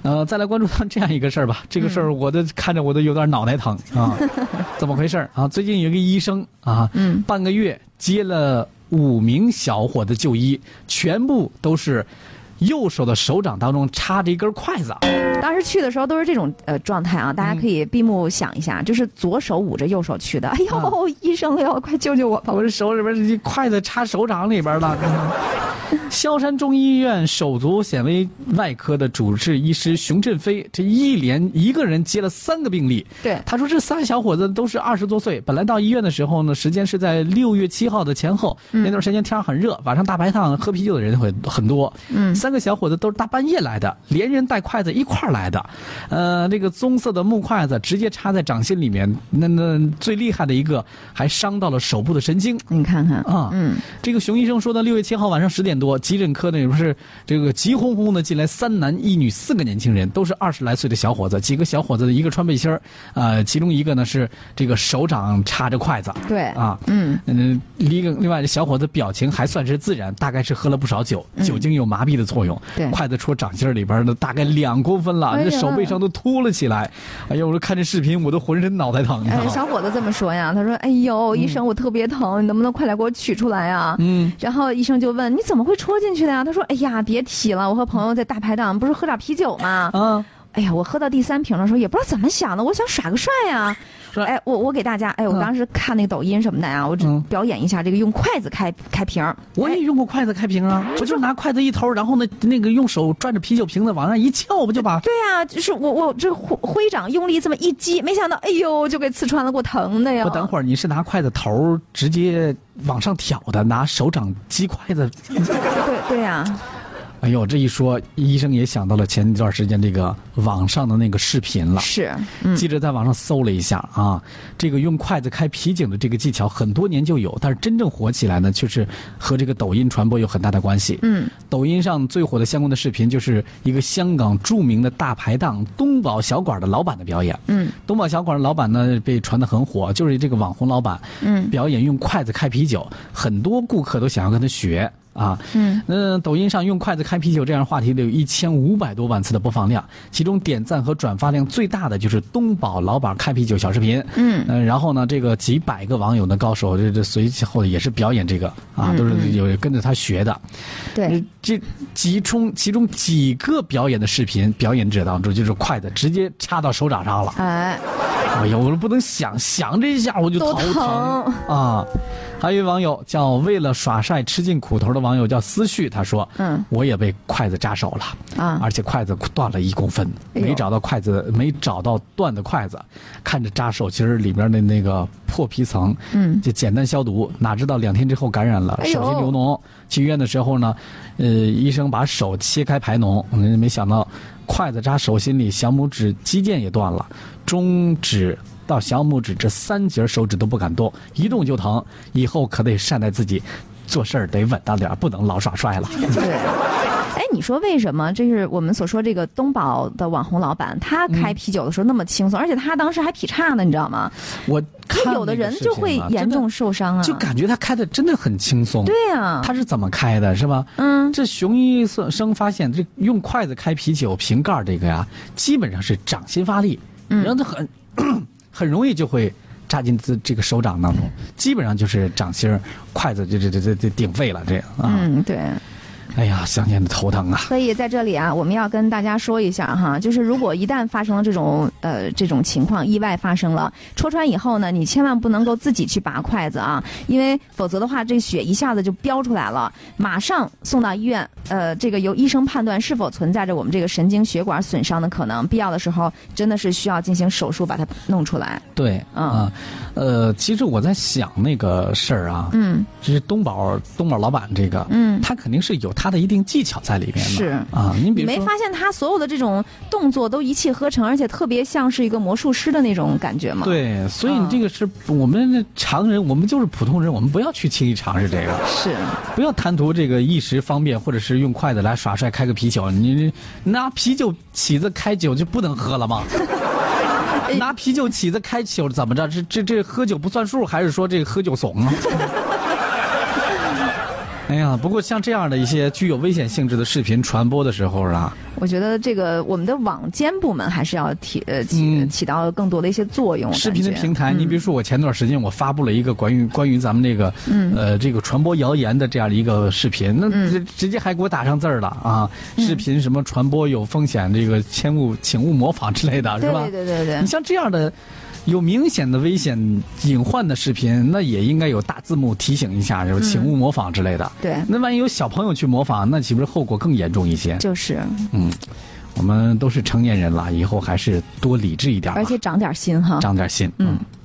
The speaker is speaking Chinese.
再来关注到这样一个事儿吧。这个事儿我都看着我都有点脑袋疼啊，怎么回事啊？最近有一个医生啊，半个月接了5名小伙子就医，全部都是右手的手掌当中插着一根筷子。 当时去的时候都是这种状态啊，大家可以闭目想一下，就是左手捂着右手去的。哎呦，医生哟，快救救我吧！ 我这手里边这筷子插手掌里边了。萧山中医院手足显微外科的主治医师熊振飞，这一个人接了3个病例。 对， 他说这3小伙子都是20多岁，本来到医院的时候呢，时间是在6月7号的前后，那段时间天很热，晚上大排档喝啤酒的人会很多。3个小伙子都是大半夜来的，连人带筷子一块来的。这个棕色的木筷子直接插在掌心里面，那最厉害的一个还伤到了手部的神经。 你看看啊， 这个熊医生说的，6月7号晚上10点多，急诊科呢也不是这个急哄哄的进来3男1女4个年轻人，都是20来岁的小伙子。几个小伙子一个穿背心其中一个呢是这个手掌插着筷子。 对啊，另外这小伙子表情还算是自然，大概是喝了不少酒，酒精有麻痹的作用。 对， 筷子戳掌心里边呢，大概2公分了，这手背上都凸了起来。哎呦，我看这视频我都浑身脑袋疼。 小伙子这么说呀，他说：“哎呦，医生，我特别疼，你能不能快来给我取出来啊？”然后医生就问：“你怎么会戳进去的呀？”他说：“哎呀，别提了，我和朋友在大排档不是喝点啤酒吗？哎呀，我喝到第3瓶的时候也不知道怎么想的，我想耍个帅呀。哎，我给大家，我当时看那个抖音什么的呀，我只表演一下这个用筷子开瓶。 我也用过筷子开瓶啊，我就拿筷子一头，然后呢那个用手转着啤酒瓶子往上一翘，不就把？ 对呀，就是我这挥掌用力这么一击，没想到哎呦就给刺穿了，给我疼的呀！ 我等会儿你是拿筷子头直接往上挑的，拿手掌击筷子？ 对呀。 哎呦，这一说，医生也想到了前一段时间这个网上的那个视频了。 是， 记者在网上搜了一下啊，这个用筷子开啤酒的这个技巧很多年就有，但是真正火起来呢，却是和这个抖音传播有很大的关系。抖音上最火的相关的视频就是一个香港著名的大排档东宝小馆的老板的表演。东宝小馆的老板呢被传得很火，就是这个网红老板，表演用筷子开啤酒，很多顾客都想要跟他学。抖音上用筷子开啤酒这样的话题有1500多万次的播放量，其中点赞和转发量最大的就是东宝老板开啤酒小视频。然后呢，这个几百个网友的高手，这随后也是表演这个都是有跟着他学的。 对， 这其中几个表演的视频，表演者当中就是筷子直接插到手掌上了。哎呀，我都不能想这一下我就头疼啊！还有一网友叫为了耍帅吃尽苦头的网友叫思绪，他说：“我也被筷子扎手了而且筷子断了1公分，没找到断的筷子，看着扎手心里边的那个破皮层，就简单消毒，哪知道2天之后感染了，手心流脓。去医院的时候呢，医生把手切开排脓，没想到筷子扎手心里，小拇指肌腱也断了，中指到小拇指这3节手指都不敢动，一动就疼。以后可得善待自己，做事儿得稳当点，不能老耍帅了。” 对。哎，你说为什么？这是我们所说这个东宝的网红老板，他开啤酒的时候那么轻松，而且他当时还劈叉呢，你知道吗？ 我看有的人就会严重受伤啊， 就感觉他开的真的很轻松。 对呀， 他是怎么开的，是吧？这熊医生发现，这用筷子开啤酒瓶盖这个呀，基本上是掌心发力，然后他很容易就会扎进这个手掌当中，基本上就是掌心筷子这顶废了，这样啊。 对。 哎呀，想起来头疼啊！ 所以在这里啊，我们要跟大家说一下哈，就是如果一旦发生了这种情况，意外发生了，戳穿以后呢，你千万不能够自己去拔筷子啊，因为否则的话，这血一下子就飙出来了，马上送到医院，这个由医生判断是否存在着我们这个神经血管损伤的可能，必要的时候真的是需要进行手术把它弄出来。 对，其实我在想那个事儿啊，这是东宝老板这个，他肯定是有他的一定技巧在里面的。 是啊，你比如说， 你没发现他所有的这种动作都一气呵成，而且特别像是一个魔术师的那种感觉吗？ 对，所以你这个是我们常人，我们就是普通人，我们不要去轻易尝试这个， 是不要贪图这个一时方便，或者是用筷子来耍帅开个啤酒。你拿啤酒起子开酒就不能喝了吗？拿啤酒起子开酒怎么着？这喝酒不算数，还是说这个喝酒怂啊？ 哎呀，不过像这样的一些具有危险性质的视频传播的时候啊， 我觉得这个我们的网监部门还是要起到更多的一些作用。 视频的平台，你比如说我前段时间我发布了一个关于咱们这个这个传播谣言的这样的一个视频，那直接还给我打上字儿了啊！视频什么传播有风险，这个请勿模仿之类的，是吧？ 对。 你像这样的有明显的危险隐患的视频，那也应该有大字幕提醒一下，就是请勿模仿之类的。 对， 那万一有小朋友去模仿，那岂不是后果更严重一些？ 就是， 我们都是成年人了，以后还是多理智一点， 而且长点心哈， 长点心。